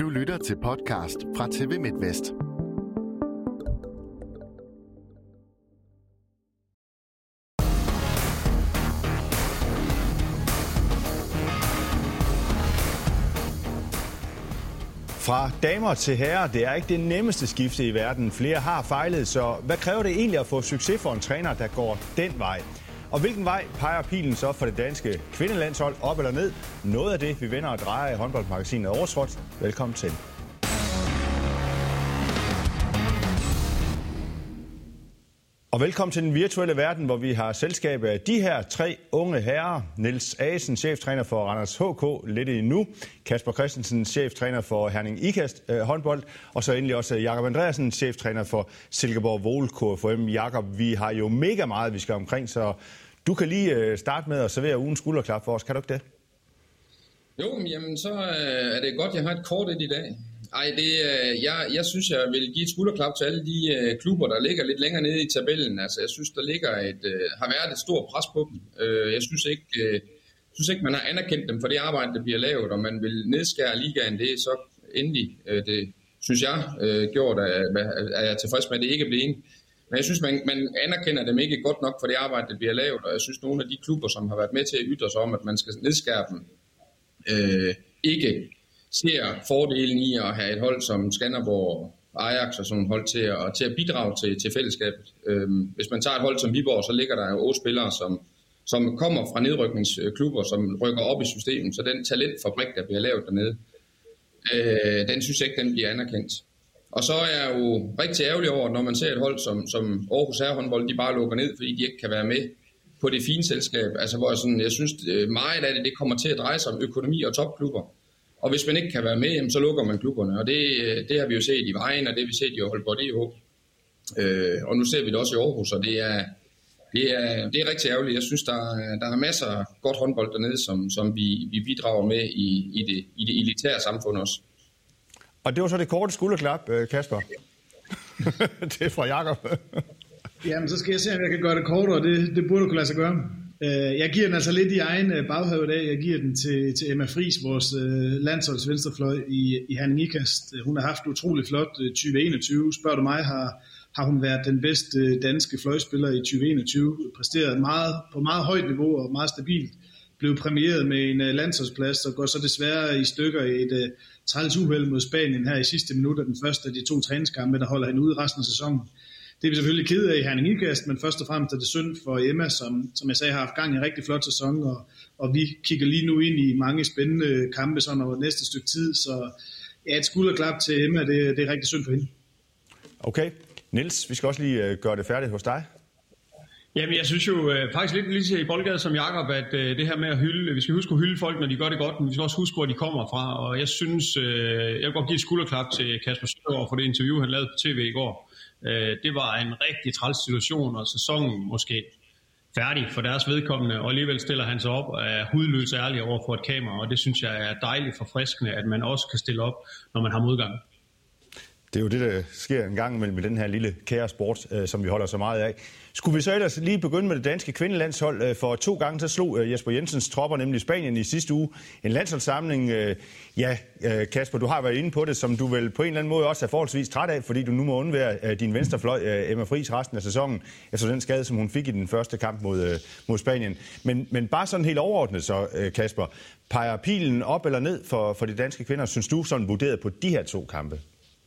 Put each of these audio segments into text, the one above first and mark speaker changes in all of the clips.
Speaker 1: Du lytter til podcast fra TV MidtVest.
Speaker 2: Fra damer til herrer, det er ikke det nemmeste skifte i verden. Flere har fejlet, så hvad kræver det egentlig at få succes for en træner, der går den vej? Og hvilken vej peger pilen så for det danske kvindelandshold, op eller ned? Noget af det, vi vender og drejer i håndboldmagasinet Oversvot. Velkommen til. Og velkommen til den virtuelle verden, hvor vi har selskab af de her tre unge herrer. Niels Asen, cheftræner for Randers HK, lidt endnu. Kasper Christensen, cheftræner for Herning Ikast håndbold. Og så endelig også Jakob Andreasen, cheftræner for Silkeborg Vol KFUM. Jakob, vi har jo mega meget, vi skal omkring, så du kan lige starte med at servere ugens skulderklap for os. Kan du ikke det?
Speaker 3: Jo, jamen så er det godt, jeg har et kort i dag. Jeg synes, jeg vil give et skulderklap til alle de klubber, der ligger lidt længere nede i tabellen. Altså, jeg synes, der ligger har været et stort pres på dem. Jeg synes ikke, man har anerkendt dem for det arbejde, der bliver lavet, og man vil nedskære ligaen. Det er så endelig, det synes jeg, gjort, at jeg er tilfreds med, at det ikke er blevet. Men jeg synes, man anerkender dem ikke godt nok for det arbejde, der bliver lavet, og jeg synes, nogle af de klubber, som har været med til at ytre sig om, at man skal nedskære dem, ikke ser fordelen i at have et hold som Skanderborg, Ajax og sådan et hold til at bidrage til fællesskabet. Hvis man tager et hold som Viborg, så ligger der jo 8 spillere, som kommer fra nedrykningsklubber, som rykker op i systemet. Så den talentfabrik, der bliver lavet dernede, den synes jeg ikke, den bliver anerkendt. Og så er jeg jo rigtig ærgerlig over, når man ser et hold som Aarhus Herrehåndbold, de bare lukker ned, fordi de ikke kan være med på det fine selskab. Altså hvor jeg synes meget af det kommer til at dreje sig om økonomi og topklubber. Og hvis man ikke kan være med, så lukker man klubberne. Og det har vi jo set i Vejen, og det har vi set i Aalborg DH. Og nu ser vi det også i Aarhus, og det er rigtig ærgerligt. Jeg synes, der er masser af godt håndbold dernede, som vi bidrager med i det elitære samfund også.
Speaker 2: Og det var så det korte skulderklap, Kasper. Det er fra Jakob.
Speaker 4: Jamen, så skal jeg se, om jeg kan gøre det kortere. Det burde kunne lade sig gøre. Jeg giver den altså lidt i egen baghave i dag. Jeg giver den til Emma Friis, vores landsholds venstrefløj i Herning Ikast. Hun har haft utrolig flot 2021. Spørger du mig, har hun været den bedste danske fløjspiller i 2021. Præsteret på meget højt niveau og meget stabilt. Blev præmieret med en landsholdsplads og går så desværre i stykker i et træls uheld mod Spanien her i sidste minut af den første af de 2 træningskampe, der holder hende ude resten af sæsonen. Det er vi selvfølgelig ked af i Herning Ikast, men først og fremmest er det synd for Emma, som jeg sagde har haft gang i en rigtig flot sæson, og vi kigger lige nu ind i mange spændende kampe sådan over næste stykke tid, så ja, et skulderklap til Emma, det er rigtig synd for hende.
Speaker 2: Okay, Niels, vi skal også lige gøre det færdigt hos dig.
Speaker 5: Jamen, jeg synes jo faktisk lidt lige i boldgade som Jakob, at det her med at hylde, vi skal huske at hylde folk, når de gør det godt, men vi skal også huske, hvor de kommer fra. Og jeg synes, jeg vil godt give et skulderklap til Kasper Søndergaard for det interview, han lavede på tv i går. Det var en rigtig træls situation, og sæsonen måske færdig for deres vedkommende, og alligevel stiller han sig op og er hudløs ærlig over for et kamera, og det synes jeg er dejligt forfriskende, at man også kan stille op, når man har modgang.
Speaker 2: Det er jo det, der sker en gang imellem med den her lille kære sport, som vi holder så meget af. Skulle vi så ellers lige begynde med det danske kvindelandshold? For 2 gange så slog Jesper Jensens tropper nemlig Spanien i sidste uge. En landsholdssamling. Ja, Kasper, du har været inde på det, som du vel på en eller anden måde også er forholdsvis træt af, fordi du nu må undvære din venstrefløj, Emma Friis, resten af sæsonen, efter den skade, som hun fik i den første kamp mod Spanien. Men bare sådan helt overordnet så, Kasper, peger pilen op eller ned for de danske kvinder, synes du sådan vurderet på de her 2 kampe?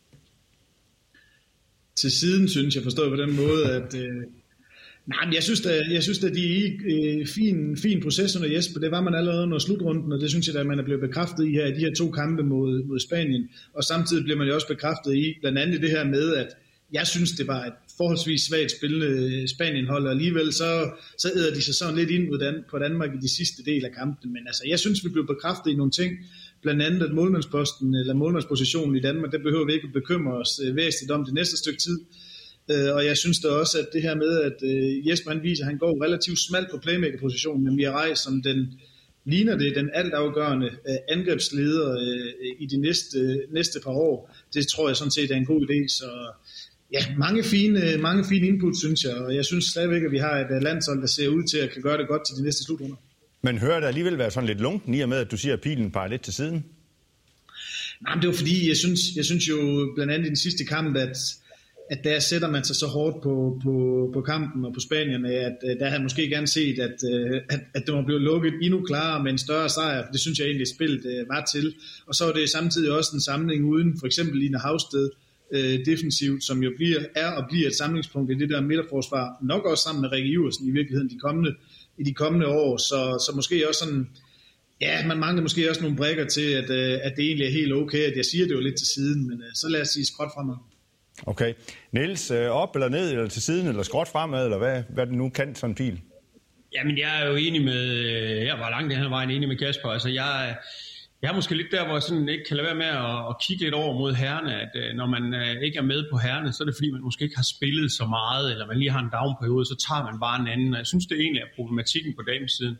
Speaker 4: Til siden synes jeg forstået på den måde, at men jeg synes at de er i fin proces under Jesper. Det var man allerede under slutrunden, og det synes jeg, at man er blevet bekræftet i her i de her 2 kampe mod Spanien. Og samtidig bliver man jo også bekræftet i, blandt andet det her med, at jeg synes, det var et forholdsvis svagt spillende Spanien-hold, og alligevel så æder de sig sådan lidt ind på Danmark i de sidste del af kampen. Men altså, jeg synes, vi blev bekræftet i nogle ting, blandt andet at målmandsposten eller målmandspositionen i Danmark, der behøver vi ikke at bekymre os væsentligt om det næste stykke tid. Og jeg synes da også, at det her med, at Jesper han viser, at han går relativt smalt på playmaker-positionen med Mirai, som den altafgørende angrebsleder i de næste par år. Det tror jeg sådan set er en god idé. Så ja, mange fine input, synes jeg. Og jeg synes stadigvæk, at vi har et landshold, der ser ud til at kan gøre det godt til de næste slutrunder.
Speaker 2: Men hører det alligevel være sådan lidt lunken i og med, at du siger, at pilen peger lidt til siden?
Speaker 4: Nej, men det var fordi, jeg synes jo blandt andet i den sidste kamp, at der sætter man sig så hårdt på kampen og på Spanierne, at der havde måske gerne set, at det var blevet lukket endnu klarere med en større sejr, for det synes jeg egentlig, spillet var til. Og så er det samtidig også en samling uden for eksempel Line Havsted defensivt, som jo bliver et samlingspunkt i det der midterforsvar, nok også sammen med Rikke Iversen i virkeligheden de kommende år, så måske også sådan, ja, man mangler måske også nogle brikker til, at det egentlig er helt okay, at jeg siger det jo lidt til siden, men så lad os sige skråt fremad.
Speaker 2: Okay. Niels, op eller ned, eller til siden, eller skråt fremad, eller hvad det nu kan, sådan en pil?
Speaker 5: Jamen, jeg er jo enig med, jeg var langt den her vejen enig med Kasper, altså jeg er måske lidt der, hvor jeg sådan ikke kan lade være med at kigge lidt over mod herrerne, at når man ikke er med på herrerne, så er det fordi, man måske ikke har spillet så meget, eller man lige har en downperiode, så tager man bare en anden, og jeg synes, det egentlig er problematikken på damesiden,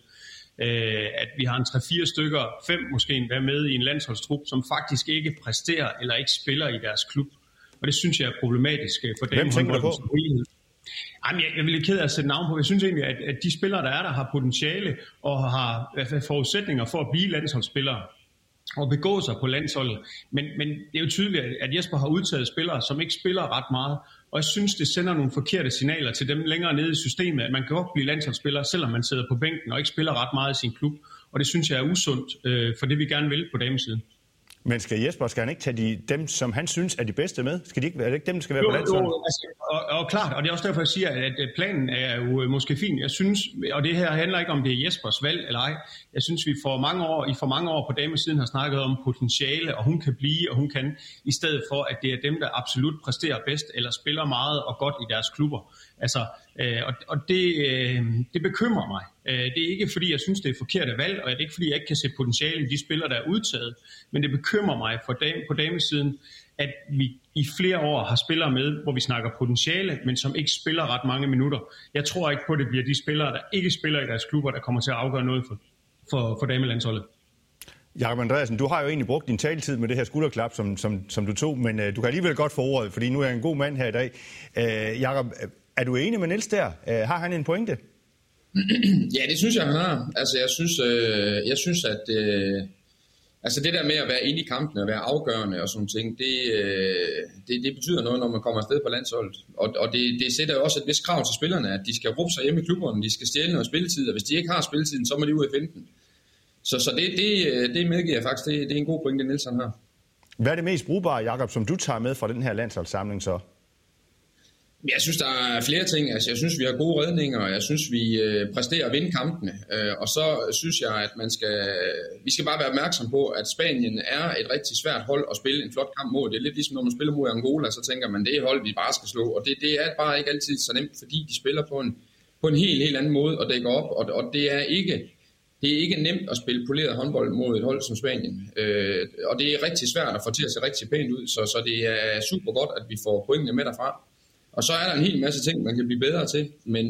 Speaker 5: at vi har en 3-4 stykker, 5 måske endda med i en landsholdstrup, som faktisk ikke præsterer eller ikke spiller i deres klub. Og det synes jeg er problematisk for dem.
Speaker 2: Hvem tænker du på?
Speaker 5: Jamen, jeg er lidt ked af at sætte navn på. Jeg synes egentlig, at de spillere, der har potentiale og har forudsætninger for at blive landsholdsspillere og begå sig på landsholdet. Men det er jo tydeligt, at Jesper har udtaget spillere, som ikke spiller ret meget. Og jeg synes, det sender nogle forkerte signaler til dem længere nede i systemet, at man kan godt blive landsholdsspiller, selvom man sidder på bænken og ikke spiller ret meget i sin klub. Og det synes jeg er usundt for det, vi gerne vil på damesiden.
Speaker 2: Men skal han ikke tage dem, som han synes er de bedste med? Er det ikke dem, der skal være på landsholdet?
Speaker 5: Og klart, og det er også derfor, jeg siger, at planen er jo måske fin. Jeg synes, og det her handler ikke om, det er Jespers valg eller ej. Jeg synes, vi i for mange år på damesiden har snakket om potentiale, og hun kan blive, og hun kan, i stedet for, at det er dem, der absolut præsterer bedst, eller spiller meget og godt i deres klubber. Altså, og det bekymrer mig. Det er ikke, fordi jeg synes, det er forkerte valg, og det er ikke, fordi jeg ikke kan se potentiale i de spillere, der er udtaget. Men det bekymrer mig på damesiden, at vi i flere år har spillere med, hvor vi snakker potentiale, men som ikke spiller ret mange minutter. Jeg tror ikke på, at det bliver de spillere, der ikke spiller i deres klubber, der kommer til at afgøre noget for damelandsholdet. Jakob
Speaker 2: Andreasen, du har jo egentlig brugt din taletid med det her skulderklap, som du tog, men du kan alligevel godt få ordet, fordi nu er jeg en god mand her i dag. Jakob, er du enig med Niels der? Har han en pointe?
Speaker 3: Ja, det synes jeg, han har. Altså, jeg synes at altså det der med at være inde i kampen og være afgørende og sådan ting, det betyder noget, når man kommer afsted på landsholdet. Og det sætter jo også et vist krav til spillerne, at de skal råbe sig hjemme i klubberne, de skal stjæle noget spilletid, og hvis de ikke har spilletiden, så må de ud og finde den. Så det medgiver jeg faktisk, det er en god pointe, Niels han har.
Speaker 2: Hvad er det mest brugbare, Jakob, som du tager med fra den her landsholdssamling så?
Speaker 3: Jeg synes, der er flere ting. Altså, jeg synes, vi har gode redninger, og jeg synes, vi præsterer at vinde kampene. Og så synes jeg, at vi skal bare være opmærksom på, at Spanien er et rigtig svært hold at spille en flot kamp mod. Det er lidt ligesom, når man spiller mod Angola, så tænker man, det er hold, vi bare skal slå. Og det er bare ikke altid så nemt, fordi de spiller på en helt anden måde og dækker op. Og det er ikke nemt at spille poleret håndbold mod et hold som Spanien. Og det er rigtig svært at få til at se rigtig pænt ud, så det er super godt, at vi får pointene med derfra. Og så er der en hel masse ting, man kan blive bedre til,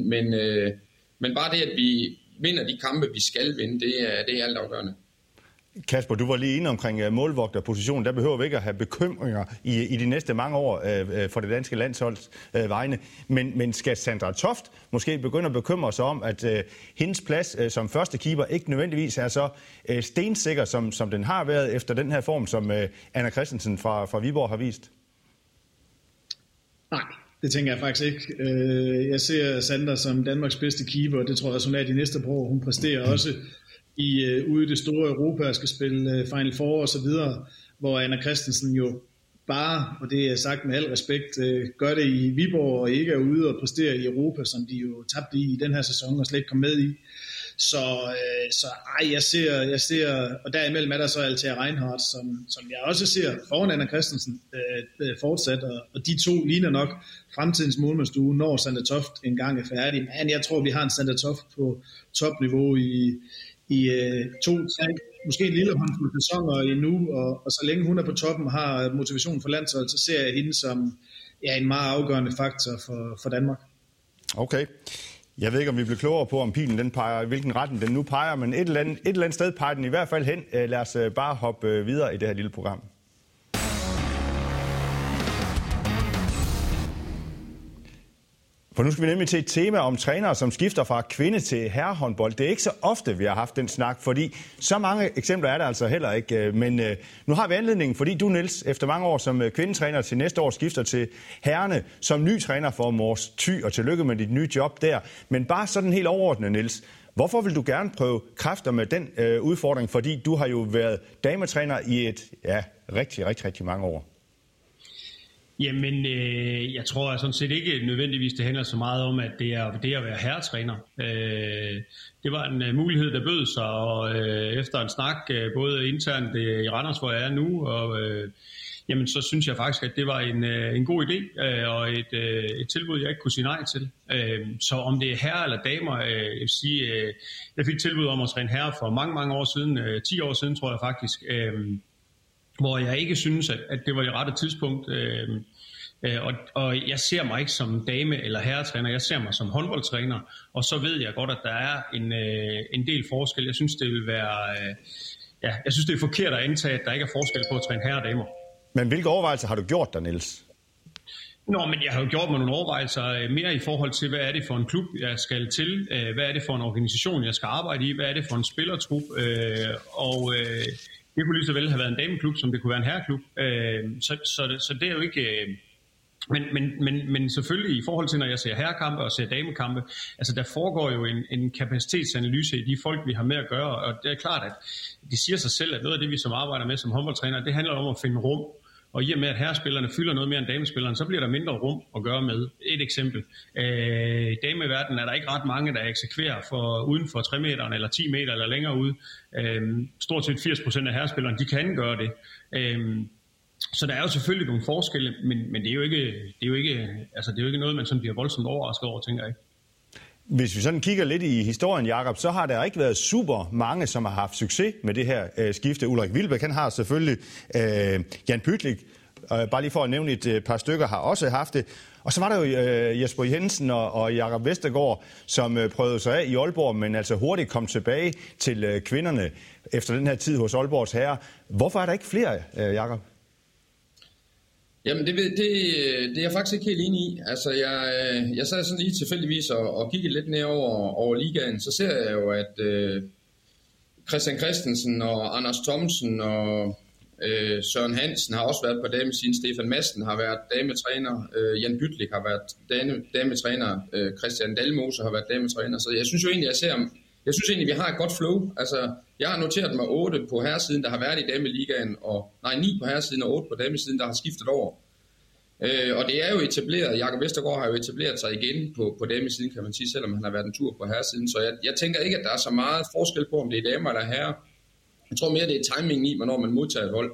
Speaker 3: men bare det, at vi vinder de kampe, vi skal vinde, det er altafgørende.
Speaker 2: Kasper, du var lige inde omkring målvogterpositionen. Der behøver vi ikke at have bekymringer i de næste mange år for det danske landsholds vegne. Men skal Sandra Toft måske begynde at bekymre sig om, at hendes plads som første keeper ikke nødvendigvis er så stensikker, som den har været efter den her form, som Anna Christensen fra Viborg har vist?
Speaker 4: Nej. Det tænker jeg faktisk ikke. Jeg ser Sandra som Danmarks bedste keeper, og det tror jeg også, hun er de næste par år. Hun præsterer også ude i det store Europa og skal spille Final Four og så videre, hvor Anna Christensen jo bare, og det er sagt med al respekt, gør det i Viborg og ikke er ude og præsterer i Europa, som de jo tabte i den her sæson og slet ikke kom med i. Så jeg ser, og derimellem er der så Althea Reinhardt, som jeg også ser foran Anna Christensen fortsat, og de to ligner nok fremtidens målmandsstue, når Sandra Toft engang er færdig. Men jeg tror, vi har en Sandra Toft på topniveau i 2-3, måske en lille håndfuld sæsoner endnu, og så længe hun er på toppen og har motivation for landsholdet, så ser jeg hende som en meget afgørende faktor for Danmark.
Speaker 2: Okay. Jeg ved ikke, om vi bliver klogere på, om pilen den peger, hvilken retning den nu peger, men et eller andet sted peger den i hvert fald hen. Lad os bare hoppe videre i det her lille program. For nu skal vi nemlig til et tema om trænere, som skifter fra kvinde til herrehåndbold. Det er ikke så ofte, vi har haft den snak, fordi så mange eksempler er der altså heller ikke. Men nu har vi anledningen, fordi du, Niels, efter mange år som kvindetræner til næste år skifter til herrene som ny træner for Mors Thy, og tillykke med dit nye job der. Men bare sådan helt overordnet, Niels. Hvorfor vil du gerne prøve kræfter med den udfordring? Fordi du har jo været dametræner i et rigtig mange år.
Speaker 5: Jamen, jeg tror sådan set ikke nødvendigvis, det handler så meget om, at det er at være herretræner. Det var en mulighed, der bød sig, og efter en snak, både internt i Randers, hvor jeg er nu, og jamen, så synes jeg faktisk, at det var en god idé, og et tilbud, jeg ikke kunne sige nej til. Så om det er herrer eller damer, jeg vil sige, jeg fik tilbud om at træne herrer for mange år siden, 10 år siden, tror jeg faktisk, hvor jeg ikke synes, at det var det rette tidspunkt. Og jeg ser mig ikke som dame- eller herretræner, jeg ser mig som håndboldtræner, og så ved jeg godt, at der er en del forskel. Jeg synes, det vil være, jeg synes, det er forkert at antage, at der ikke er forskel på at træne herrer og damer.
Speaker 2: Men hvilke overvejelser har du gjort der, Niels?
Speaker 5: Men jeg har jo gjort mig nogle overvejelser mere i forhold til, hvad er det for en klub, jeg skal til, hvad er det for en organisation, jeg skal arbejde i, hvad er det for en spillertrup, og det kunne lige så vel have været en dameklub, som det kunne være en herreklub. Så det er jo ikke... Men selvfølgelig i forhold til, når jeg ser herrekampe og ser damekampe, altså der foregår jo en kapacitetsanalyse i de folk, vi har med at gøre, og det er klart, at det siger sig selv, at noget af det, vi som arbejder med som håndboldtræner, det handler om at finde rum. Og i og med, at herrespillerne fylder noget mere end damespillerne, så bliver der mindre rum at gøre med. Et eksempel. I dameverdenen er der ikke ret mange, der eksekverer uden for 3 meter eller 10 meter eller længere ude. Stort set 80% af herrespillerne, de kan gøre det. Så der er jo selvfølgelig nogle forskelle, men det er jo ikke noget, man sådan bliver voldsomt overrasket over, tænker jeg.
Speaker 2: Hvis vi sådan kigger lidt i historien, Jakob, så har der ikke været super mange, som har haft succes med det her skifte. Ulrik Wilbæk, han har selvfølgelig. Jan Pytlik, bare lige for at nævne et par stykker, har også haft det. Og så var der jo Jesper Jensen og Jakob Vestergaard, som prøvede sig af i Aalborg, men altså hurtigt kom tilbage til kvinderne efter den her tid hos Aalborgs herrer. Hvorfor er der ikke flere, Jakob?
Speaker 3: Jamen det er jeg faktisk ikke helt enig i. Altså jeg sad sådan lige tilfældigvis og kiggede lidt ned over ligaen, så ser jeg jo, at Christian Christensen og Anders Thomsen og Søren Hansen har også været på damesiden, Stefan Madsen har været dametræner, Jan Pytlik har været dametræner, Christian Dalmose har været dametræner, så jeg synes jo egentlig, vi har et godt flow. Altså, jeg har noteret mig 8 på herresiden, der har været i dameligaen, 9 på herresiden og 8 på damesiden, der har skiftet over. Og det er jo etableret, Jakob Vestergaard har jo etableret sig igen på damesiden, kan man sige, selvom han har været en tur på herresiden. Så jeg tænker ikke, at der er så meget forskel på, om det er damer eller herrer. Jeg tror mere, det er timingen i, hvornår man modtager et hold.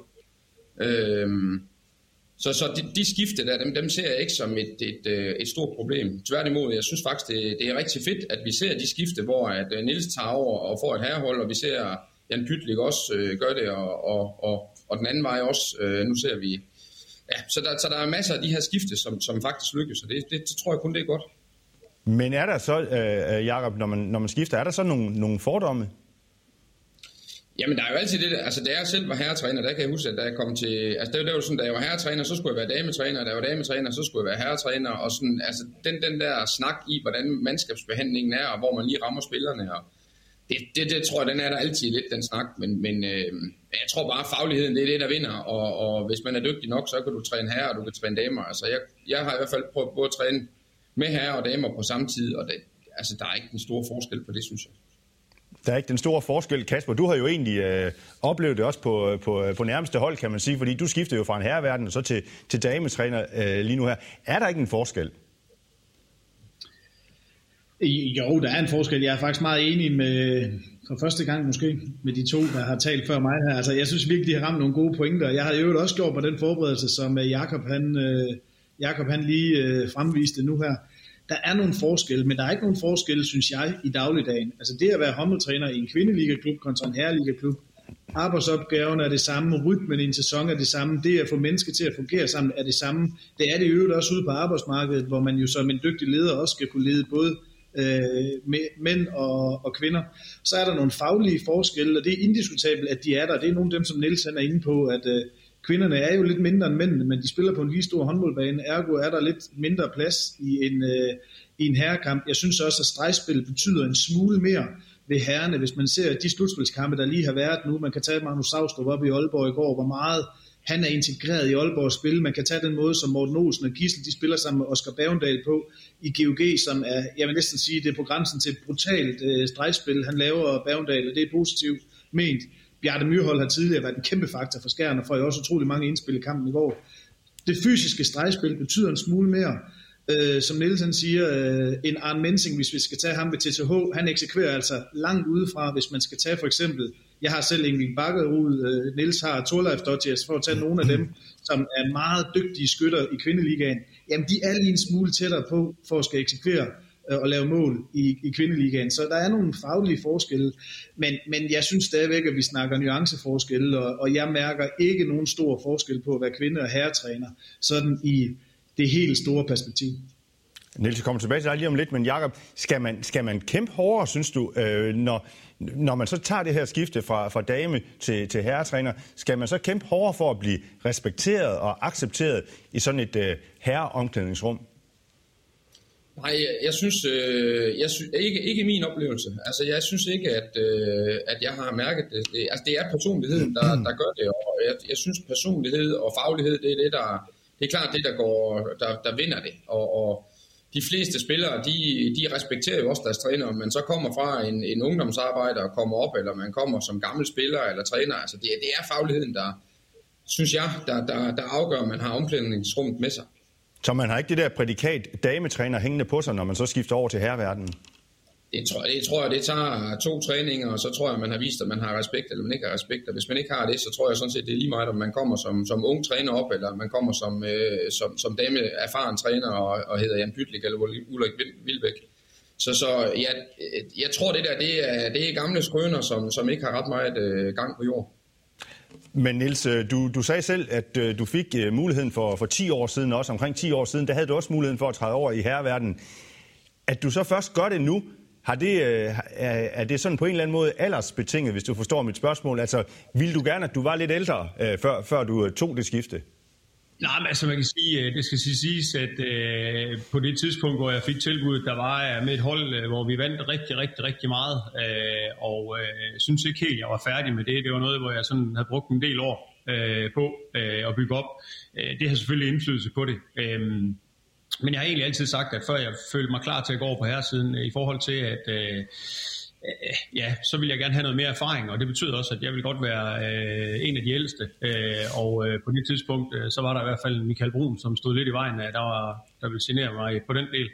Speaker 3: Så de skifte der, dem ser jeg ikke som et stort problem. Tværtimod, jeg synes faktisk, det er rigtig fedt, at vi ser de skifte, hvor at Niels tager over og får et herrehold, og vi ser Jan Pytlik også gør det, og den anden vej også. Nu ser vi... Ja, så der er masser af de her skifte, som faktisk lykkes, og det tror jeg kun, det er godt.
Speaker 2: Men er der så, Jakob, når man skifter, er der så nogle fordomme?
Speaker 3: Jamen, der er jo altid det, altså da jeg selv var herretræner, der kan jeg huske, at da jeg kom til, altså det var jo sådan, da jeg var herretræner, så skulle jeg være dametræner, da jeg var dametræner, så skulle jeg være herretræner, og sådan, altså den der snak i, hvordan mandskabsbehandlingen er, og hvor man lige rammer spillerne, og det tror jeg, den er der altid lidt, den snak, men jeg tror bare, fagligheden, det er det, der vinder, og hvis man er dygtig nok, så kan du træne herrer, og du kan træne damer, altså jeg har i hvert fald prøvet både at træne med herrer og damer på samme tid, og der er ikke en stor forskel på det, synes jeg.
Speaker 2: Der er ikke den store forskel. Kasper, du har jo egentlig oplevet det også på nærmeste hold, kan man sige, fordi du skifter jo fra en herreverden og så til dametræner lige nu her. Er der ikke en forskel?
Speaker 4: Jo, der er en forskel. Jeg er faktisk meget enig med, for første gang måske, med de to, der har talt før mig her. Altså, jeg synes virkelig, de har ramt nogle gode pointer. Jeg har jo også gjort på den forberedelse, som Jakob han lige fremviste nu her. Der er nogle forskelle, men der er ikke nogen forskelle, synes jeg, i dagligdagen. Altså det at være håndboldtræner i en kvindeligaklub kontra en herreligaklub, arbejdsopgaven er det samme, rytmen i en sæson er det samme, det at få mennesker til at fungere sammen er det samme. Det er det i øvrigt også ude på arbejdsmarkedet, hvor man jo som en dygtig leder også skal kunne lede både mænd og kvinder. Så er der nogle faglige forskelle, og det er indiskutabelt, at de er der. Det er nogle af dem, som Niels er inde på, at kvinderne er jo lidt mindre end mændene, men de spiller på en lige stor håndboldbane, ergo er der lidt mindre plads i en herrekamp. Jeg synes også, at stregspil betyder en smule mere ved herrerne, hvis man ser de slutspilskampe, der lige har været nu. Man kan tage Magnus Saustrup op i Aalborg i går, hvor meget han er integreret i Aalborgs spil. Man kan tage den måde, som Morten Olsen og Gisle, de spiller sammen med Oscar Bavendal på i GOG, som er, jeg vil næsten sige, det er på grænsen til et brutalt stregspil, han laver Bavendal, og det er positivt ment. Bjarte Myrhold har tidligere været en kæmpe faktor for Skjern, og får jo også utrolig mange indspil i kampen i går. Det fysiske stregspil betyder en smule mere. Som Nielsen siger, en Arne Mensing, hvis vi skal tage ham ved TTH, han eksekverer altså langt udefra, hvis man skal tage for eksempel, jeg har selv Engel Bakkerud, Niels har Torleif Dodgers, for at tage nogle af dem, som er meget dygtige skytter i kvindeligaen, jamen de er lige en smule tættere på, for at skal eksekvere og lave mål i kvindeligaen. Så der er nogle faglige forskelle, men jeg synes stadigvæk, at vi snakker nuanceforskelle, og jeg mærker ikke nogen stor forskel på at være kvinde- og herretræner, sådan i det helt store perspektiv.
Speaker 2: Niels, jeg kommer tilbage til dig lige om lidt, men Jakob, skal man kæmpe hårdere, synes du, når man så tager det her skifte fra dame til herretræner, skal man så kæmpe hårdere for at blive respekteret og accepteret i sådan et herreomklædningsrum?
Speaker 3: Nej, jeg synes ikke min oplevelse. Altså, jeg synes ikke, at jeg har mærket det. Altså, det er personligheden, der gør det, og jeg synes, personlighed og faglighed, det er klart det, der vinder det. Og de fleste spillere, de respekterer jo også deres træner, om man så kommer fra en ungdomsarbejder og kommer op, eller man kommer som gammel spiller eller træner. Altså, det er fagligheden, der, synes jeg, der afgør, at man har omklædningsrummet med sig.
Speaker 2: Så man har ikke det der prædikat dametræner hængende på sig, når man så skifter over til herreverdenen?
Speaker 3: Det tror jeg, det tager 2 træninger, og så tror jeg, man har vist, at man har respekt, eller man ikke har respekt. Og hvis man ikke har det, så tror jeg sådan set, det er lige meget, om man kommer som ung træner op, eller man kommer som dame erfaren træner og hedder Jan Pytlik eller Ulrik Wilbæk. Så jeg tror, det er gamle skrøner, som ikke har ret meget gang på jord.
Speaker 2: Men Niels, du sagde selv, at du fik muligheden for 10 år siden, også omkring 10 år siden, der havde du også muligheden for at træde over i herreverdenen. At du så først gør det nu, er det sådan på en eller anden måde aldersbetinget, hvis du forstår mit spørgsmål? Altså, ville du gerne, at du var lidt ældre, før du tog det skifte?
Speaker 5: Nej, men altså man kan sige, det skal siges, at på det tidspunkt, hvor jeg fik tilbuddet, der var jeg med et hold, hvor vi vandt rigtig, rigtig, rigtig meget, og synes ikke helt, jeg var færdig med det. Det var noget, hvor jeg sådan havde brugt en del år på at bygge op. Det har selvfølgelig indflydelse på det. Men jeg har egentlig altid sagt, at før jeg følte mig klar til at gå over på herresiden, i forhold til, at så vil jeg gerne have noget mere erfaring, og det betyder også, at jeg vil godt være en af de ældste. Og på det tidspunkt, så var der i hvert fald Michael Brun, som stod lidt i vejen, der ville signere mig på den del.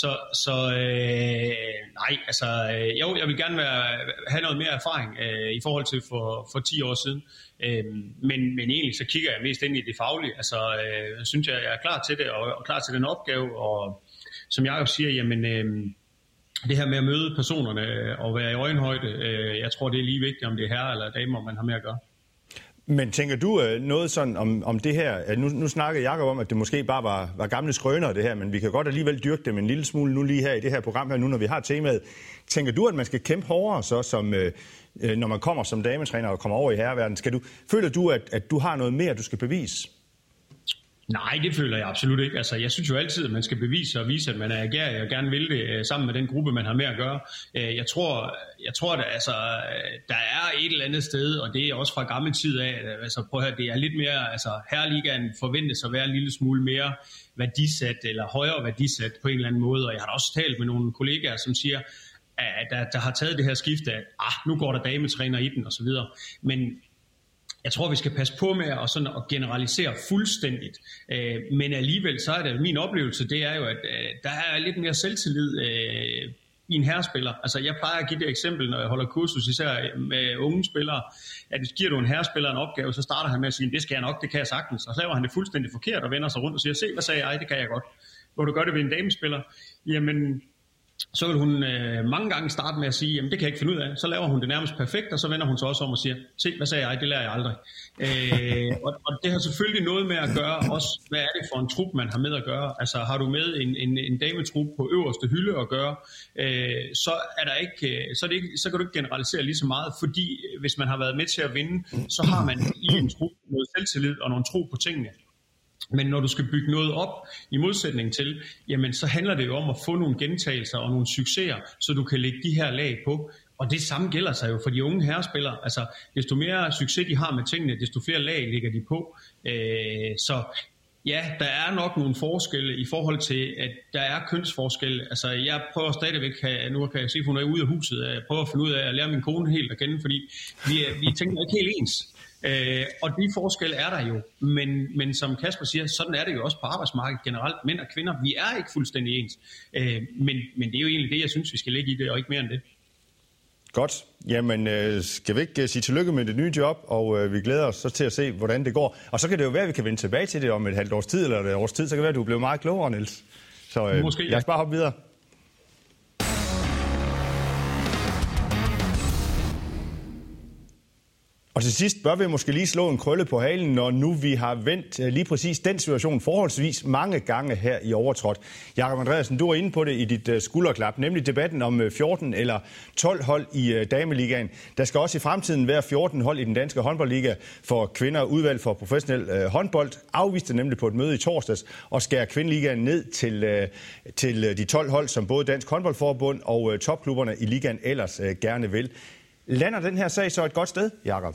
Speaker 5: Jeg vil gerne have noget mere erfaring i forhold til for 10 år siden. Men egentlig så kigger jeg mest ind i det faglige. Altså, synes jeg er klar til det, og klar til den opgave, og som Jakob siger, jamen det her med at møde personerne og være i øjenhøjde, jeg tror det er lige vigtigt, om det er herre eller damer, man har med at gøre.
Speaker 2: Men tænker du noget sådan om det her? Nu snakkede Jakob om, at det måske bare var gamle skrøner det her, men vi kan godt alligevel dyrke det med en lille smule nu lige her i det her program her, nu når vi har temaet. Tænker du, at man skal kæmpe hårdere så, som når man kommer som dametræner og kommer over i herreverdenen? Føler du, at du har noget mere, du skal bevise?
Speaker 5: Nej, det føler jeg absolut ikke. Altså, jeg synes jo altid, at man skal bevise og vise, at man er agerig og gerne vil det sammen med den gruppe, man har med at gøre. Jeg tror at altså, der er et eller andet sted, og det er også fra gammel tid af, altså prøv at høre, det er lidt mere, altså herreligaen forventes at være en lille smule mere værdisat eller højere værdisat på en eller anden måde, og jeg har også talt med nogle kollegaer, som siger, at der har taget det her skifte, at nu går der dametræner i den og så videre, men jeg tror, vi skal passe på med at generalisere fuldstændigt. Men alligevel, så er det min oplevelse, det er jo, at der er lidt mere selvtillid i en herrespiller. Altså, jeg plejer at give det eksempel, når jeg holder kursus, især med unge spillere, at hvis giver du en herrespiller en opgave, så starter han med at sige, det skal jeg nok, det kan jeg sagtens. Og så laver han det fuldstændig forkert og vender sig rundt og siger, se, hvad sagde jeg, det kan jeg godt. Hvor du gør det ved en damespiller, jamen så vil hun mange gange starte med at sige, jamen det kan jeg ikke finde ud af. Så laver hun det nærmest perfekt, og så vender hun sig også om og siger, se, hvad sagde jeg, det lærer jeg aldrig. Og det har selvfølgelig noget med at gøre, også hvad er det for en trup, man har med at gøre. Altså har du med en dametrup på øverste hylde at gøre, så kan du ikke generalisere lige så meget, fordi hvis man har været med til at vinde, så har man i en trup noget selvtillid og nogle tro på tingene. Men når du skal bygge noget op i modsætning til, jamen så handler det jo om at få nogle gentagelser og nogle succeser, så du kan lægge de her lag på. Og det samme gælder sig jo for de unge herrespillere. Altså, desto mere succes de har med tingene, desto flere lag ligger de på. Så ja, der er nok nogle forskelle i forhold til, at der er kønsforskelle. Altså, jeg prøver stadigvæk, nu kan jeg se, at hun er ude af huset, jeg prøver at finde ud af at lære min kone helt at kende, fordi vi tænker ikke helt ens. Og de forskelle er der jo, men som Kasper siger, sådan er det jo også på arbejdsmarkedet generelt. Mænd og kvinder, vi er ikke fuldstændig ens. Men det er jo egentlig det, jeg synes, vi skal lægge i det, og ikke mere end det.
Speaker 2: Godt. Jamen, skal vi ikke sige tillykke med det nye job, og vi glæder os så til at se, hvordan det går. Og så kan det jo være, at vi kan vende tilbage til det om et halvt års tid, eller et års tid, så kan det være, at du bliver meget klogere, Niels. Så måske, ja. Lad os bare hoppe videre. Og til sidst bør vi måske lige slå en krølle på halen, når nu vi har vendt lige præcis den situation forholdsvis mange gange her i Overtrådt. Jakob Andreasen, du er inde på det i dit skulderklap, nemlig debatten om 14 eller 12 hold i dameligaen. Der skal også i fremtiden være 14 hold i den danske håndboldliga for kvinder udvalgt for professionel håndbold. Afviste nemlig på et møde i torsdags og skære kvindeligaen ned til de 12 hold, som både Dansk Håndboldforbund og topklubberne i ligaen ellers gerne vil. Lander den her sag så et godt sted, Jakob?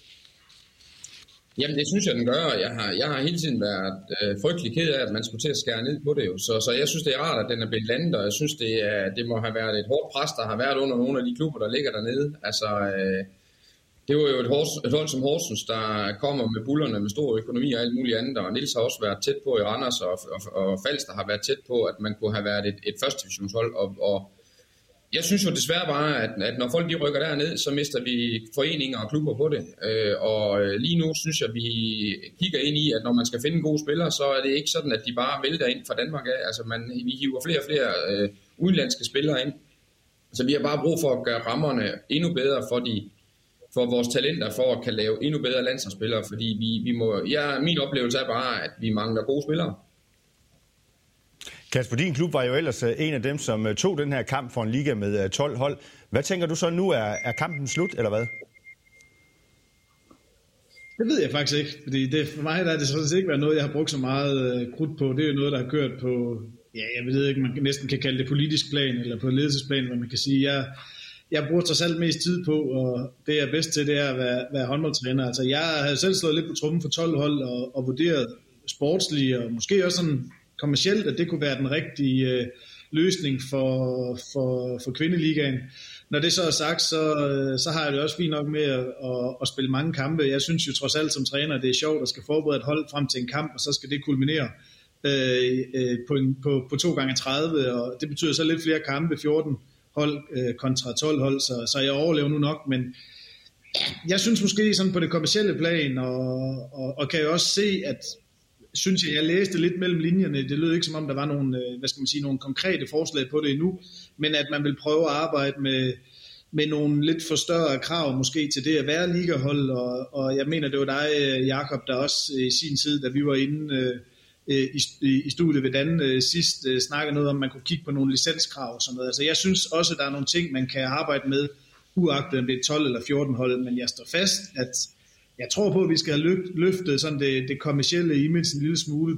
Speaker 3: Jamen det synes jeg, den gør. Jeg har hele tiden været frygtelig ked af, at man skulle til at skære ned på det. Så jeg synes, det er rart, at den er blevet landet, og jeg synes, det må have været et hårdt pres, der har været under nogle af de klubber, der ligger dernede. Altså, det var jo et hold som Horsens, der kommer med bullerne med stor økonomi og alt muligt andet, og Niels har også været tæt på i Randers, og Falster har været tæt på, at man kunne have været et første divisionshold, og jeg synes jo desværre bare, at når folk de rykker derned, så mister vi foreninger og klubber på det. Og lige nu synes jeg, at vi kigger ind i, at når man skal finde gode spillere, så er det ikke sådan, at de bare vælter ind fra Danmark af. Altså vi hiver flere og flere udenlandske spillere ind. Så vi har bare brug for at gøre rammerne endnu bedre for vores talenter, for at kan lave endnu bedre landsholdsspillere. Fordi min oplevelse er bare, at vi mangler gode spillere.
Speaker 2: Kasper, din klub var jo ellers en af dem, som tog den her kamp for en liga med 12 hold. Hvad tænker du så nu? Er kampen slut, eller hvad?
Speaker 4: Det ved jeg faktisk ikke, fordi for mig der er det sådan ikke været noget, jeg har brugt så meget krudt på. Det er jo noget, der har kørt på, jeg ved ikke, man næsten kan kalde det politisk plan, eller på ledelsesplan, hvor man kan sige, jeg bruger trods alt mest tid på, og det jeg er bedst til, det er at være håndboldtræner. Altså jeg har selv slået lidt på trummen for 12 hold, og vurderet sportslige, og måske også sådan kommercielt, at det kunne være den rigtige løsning for kvindeligaen. Når det så er sagt, så har jeg det også fint nok med at spille mange kampe. Jeg synes jo trods alt som træner, det er sjovt at skal forberede et hold frem til en kamp, og så skal det kulminere på 2x30, og det betyder så lidt flere kampe, 14 hold kontra 12 hold, så jeg overlever nu nok, men jeg synes måske sådan på det kommercielle plan, og kan jo også se, at synes jeg læste lidt mellem linjerne. Det lød ikke som om, der var nogle konkrete forslag på det endnu, men at man vil prøve at arbejde med nogle lidt for større krav måske til det at være ligahold, og jeg mener, det var dig, Jakob, der også i sin tid, da vi var inde i studiet ved Dan sidst, snakkede noget om, at man kunne kigge på nogle licenskrav og sådan noget. Altså jeg synes også, at der er nogle ting, man kan arbejde med, uagtet om det er 12 eller 14 hold, men jeg står fast, at jeg tror på, at vi skal have løftet sådan det kommercielle image en lille smule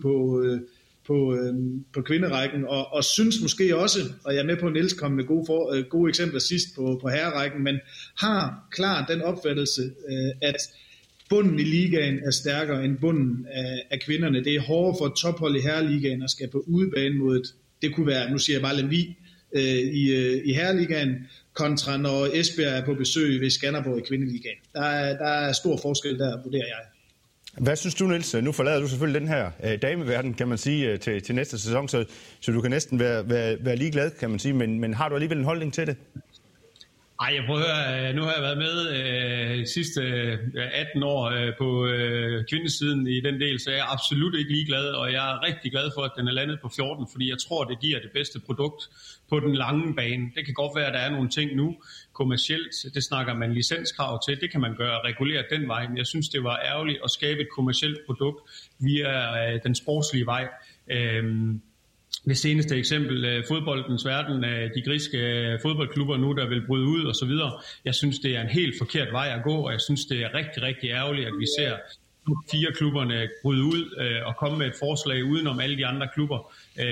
Speaker 4: på kvinderækken, og synes måske også, og jeg er med på, at Niels kom med gode eksempler sidst på herrerækken, men har klart den opfattelse, at bunden i ligaen er stærkere end bunden af kvinderne. Det er hårdere for et tophold i herreligaen at skal på udebane mod det kunne være, nu siger jeg bare Lemvig, i herreligaen, kontra når Esbjerg er på besøg ved Skanderborg i kvindeligaen. Der er stor forskel der, vurderer jeg.
Speaker 2: Hvad synes du, Niels? Nu forlader du selvfølgelig den her dameverden, kan man sige, til næste sæson, så du kan næsten være ligeglad, kan man sige, men har du alligevel en holdning til det?
Speaker 5: Ej, jeg prøver at høre, nu har jeg været med de sidste 18 år på kvindesiden i den del, så jeg er absolut ikke ligeglad, og jeg er rigtig glad for, at den er landet på 14, fordi jeg tror, det giver det bedste produkt på den lange bane. Det kan godt være, at der er nogle ting nu kommercielt, det snakker man licenskrav til, det kan man gøre reguleret den vej, men jeg synes, det var ærgerligt at skabe et kommercielt produkt via den sportslige vej. Det seneste eksempel, fodboldens verden, de griske fodboldklubber nu, der vil bryde ud og så videre. Jeg synes, det er en helt forkert vej at gå, og jeg synes, det er rigtig, rigtig ærgerligt, at vi ser 4-klubberne bryde ud og komme med et forslag udenom alle de andre klubber.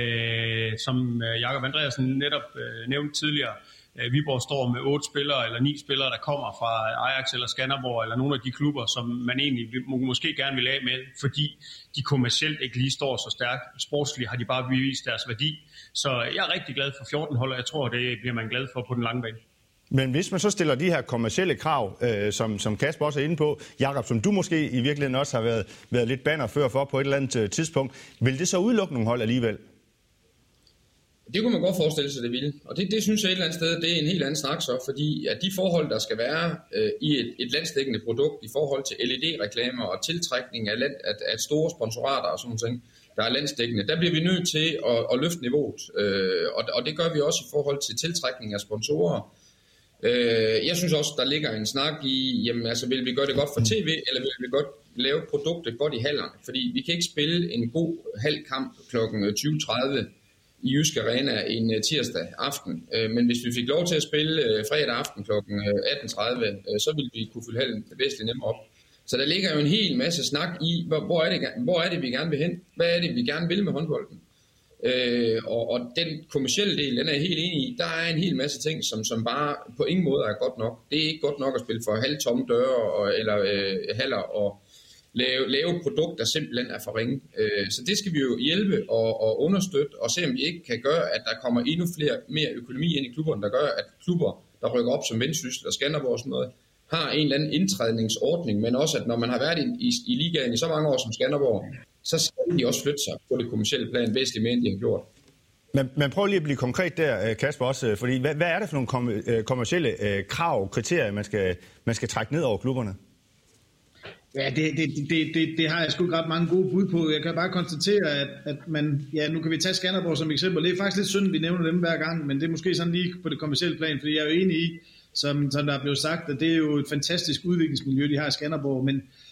Speaker 5: Som Jakob Andreasen netop nævnte tidligere, Viborg står med 8 spillere eller 9 spillere, der kommer fra Ajax eller Skanderborg eller nogle af de klubber, som man egentlig måske gerne vil af med, fordi de kommercielt ikke lige står så stærkt. Sportsligt har de bare bevist deres værdi. Så jeg er rigtig glad for 14 hold, og jeg tror, det bliver man glad for på den lange bane.
Speaker 2: Men hvis man så stiller de her kommercielle krav, som Kasper også er inde på, Jakob, som du måske i virkeligheden også har været lidt bannerfører for på et eller andet tidspunkt, vil det så udelukke nogle hold alligevel?
Speaker 3: Det kunne man godt forestille sig, det ville. Og det synes jeg et eller andet sted, det er en helt anden snak så, fordi at de forhold, der skal være i et landsdækkende produkt i forhold til LED-reklamer og tiltrækning af store sponsorater og sådan noget, der er landsdækkende, der bliver vi nødt til at løfte niveauet. Og det gør vi også i forhold til tiltrækning af sponsorer. Jeg synes også, der ligger en snak i, jamen altså, vil vi gøre det godt for tv, eller vil vi godt lave produktet godt i hallerne? Fordi vi kan ikke spille en god halvkamp kl. 20:30 i Jysk Arena en tirsdag aften. Men hvis vi fik lov til at spille fredag aften kl. 18:30, så ville vi kunne fylde hallen væsentligt nemmere op. Så der ligger jo en hel masse snak i, hvor er det, vi gerne vil hen? Hvad er det, vi gerne vil med håndbolden? Og den kommercielle del, den er jeg helt enig i. Der er en hel masse ting, som bare på ingen måde er godt nok. Det er ikke godt nok at spille for halvtomme døre eller haller og lave produkt, der simpelthen er for ringe. Så det skal vi jo hjælpe og understøtte, og se om vi ikke kan gøre, at der kommer endnu mere økonomi ind i klubberne, der gør, at klubber, der rykker op som Vendsyssel og Skanderborg og sådan noget, har en eller anden indtrædningsordning, men også, at når man har været i ligaen i så mange år som Skanderborg, så skal de også flytte sig på det kommercielle plan væsentligt mere, end de har gjort.
Speaker 2: Men prøv lige at blive konkret der, Kasper, også, fordi hvad er det for nogle kommercielle krav, kriterier, man skal trække ned over klubberne?
Speaker 4: Ja, det har jeg sgu ret mange gode bud på. Jeg kan bare konstatere, at man, ja, nu kan vi tage Skanderborg som eksempel. Det er faktisk lidt synd, vi nævner dem hver gang, men det er måske sådan lige på det kommercielle plan, fordi jeg er jo enig i, som der er blevet sagt, at det er jo et fantastisk udviklingsmiljø, de har i Skanderborg,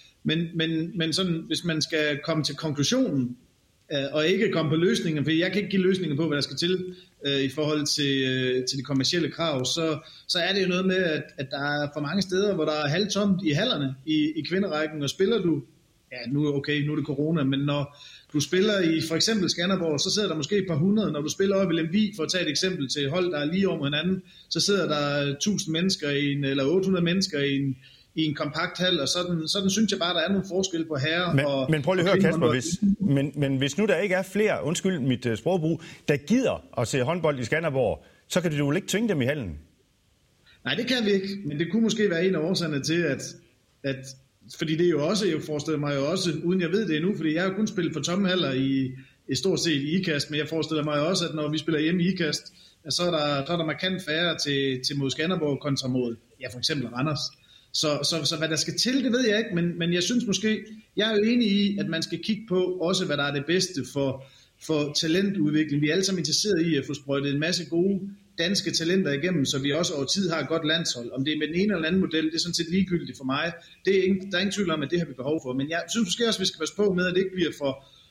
Speaker 4: men sådan, hvis man skal komme til konklusionen, og ikke komme på løsninger, for jeg kan ikke give løsninger på, hvad der skal til i forhold til de kommercielle krav, så er det jo noget med, at der er for mange steder, hvor der er halvtomt i hallerne i kvinderækken, og spiller du, ja nu er det corona, men når du spiller i for eksempel Skanderborg, så sidder der måske et par hundrede. Når du spiller op i Lemvig, for at tage et eksempel til hold, der er lige over hinanden, så sidder der 1000 mennesker eller 800 mennesker i en kompakt hal, og sådan synes jeg bare, der er nogle forskel på herre og... Men
Speaker 2: prøv lige at høre, Kasper, men hvis nu der ikke er flere, undskyld mit sprogbrug, der gider at se håndbold i Skanderborg, så kan du jo ikke tvinge dem i hallen. Nej,
Speaker 4: det kan vi ikke, men det kunne måske være en af årsagerne til, at fordi det er jo også, jeg forestiller mig jo også, uden jeg ved det endnu, fordi jeg har jo kun spillet for tomme haller i stort set i IKAST, men jeg forestiller mig også, at når vi spiller hjemme i IKAST, så er der markant færre til mod Skanderborg kontra mod, ja, for eksempel Randers. Så hvad der skal til, det ved jeg ikke, men jeg synes måske, jeg er jo enig i, at man skal kigge på også, hvad der er det bedste for talentudvikling. Vi er alle sammen interesseret i at få sprøjtet en masse gode danske talenter igennem, så vi også over tid har et godt landshold. Om det er med den ene eller anden model, det er sådan set ligegyldigt for mig. Der er ingen tvivl om, at det har vi behov for. Men jeg synes måske også, at vi skal passe på med, at det ikke bliver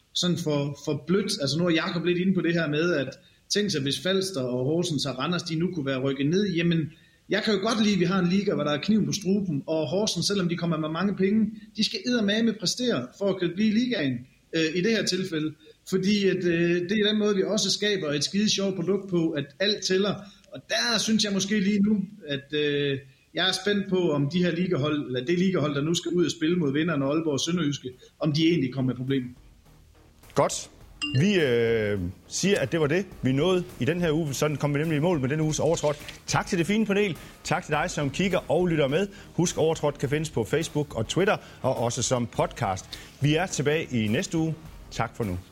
Speaker 4: for blødt. Altså nu er Jakob lidt inde på det her med, at tænk sig, hvis Falster og Horsens og Randers, de nu kunne være rykket ned, jamen jeg kan jo godt lide, at vi har en liga, hvor der er kniven på struben, og Horsens, selvom de kommer med mange penge, de skal eddermame præstere for at kunne blive ligaen i det her tilfælde. Fordi at, det er den måde, vi også skaber et skide sjovt produkt på, at alt tæller. Og der synes jeg måske lige nu, at jeg er spændt på, om de her ligahold, eller det ligahold, der nu skal ud og spille mod vinderne Aalborg og Sønderjyske, om de egentlig kommer med problemer.
Speaker 2: Godt. Vi siger, at det var det, vi nåede i den her uge. Sådan kom vi nemlig i mål med denne uges Overtrådt. Tak til det fine panel. Tak til dig, som kigger og lytter med. Husk, Overtrådt kan findes på Facebook og Twitter, og også som podcast. Vi er tilbage i næste uge. Tak for nu.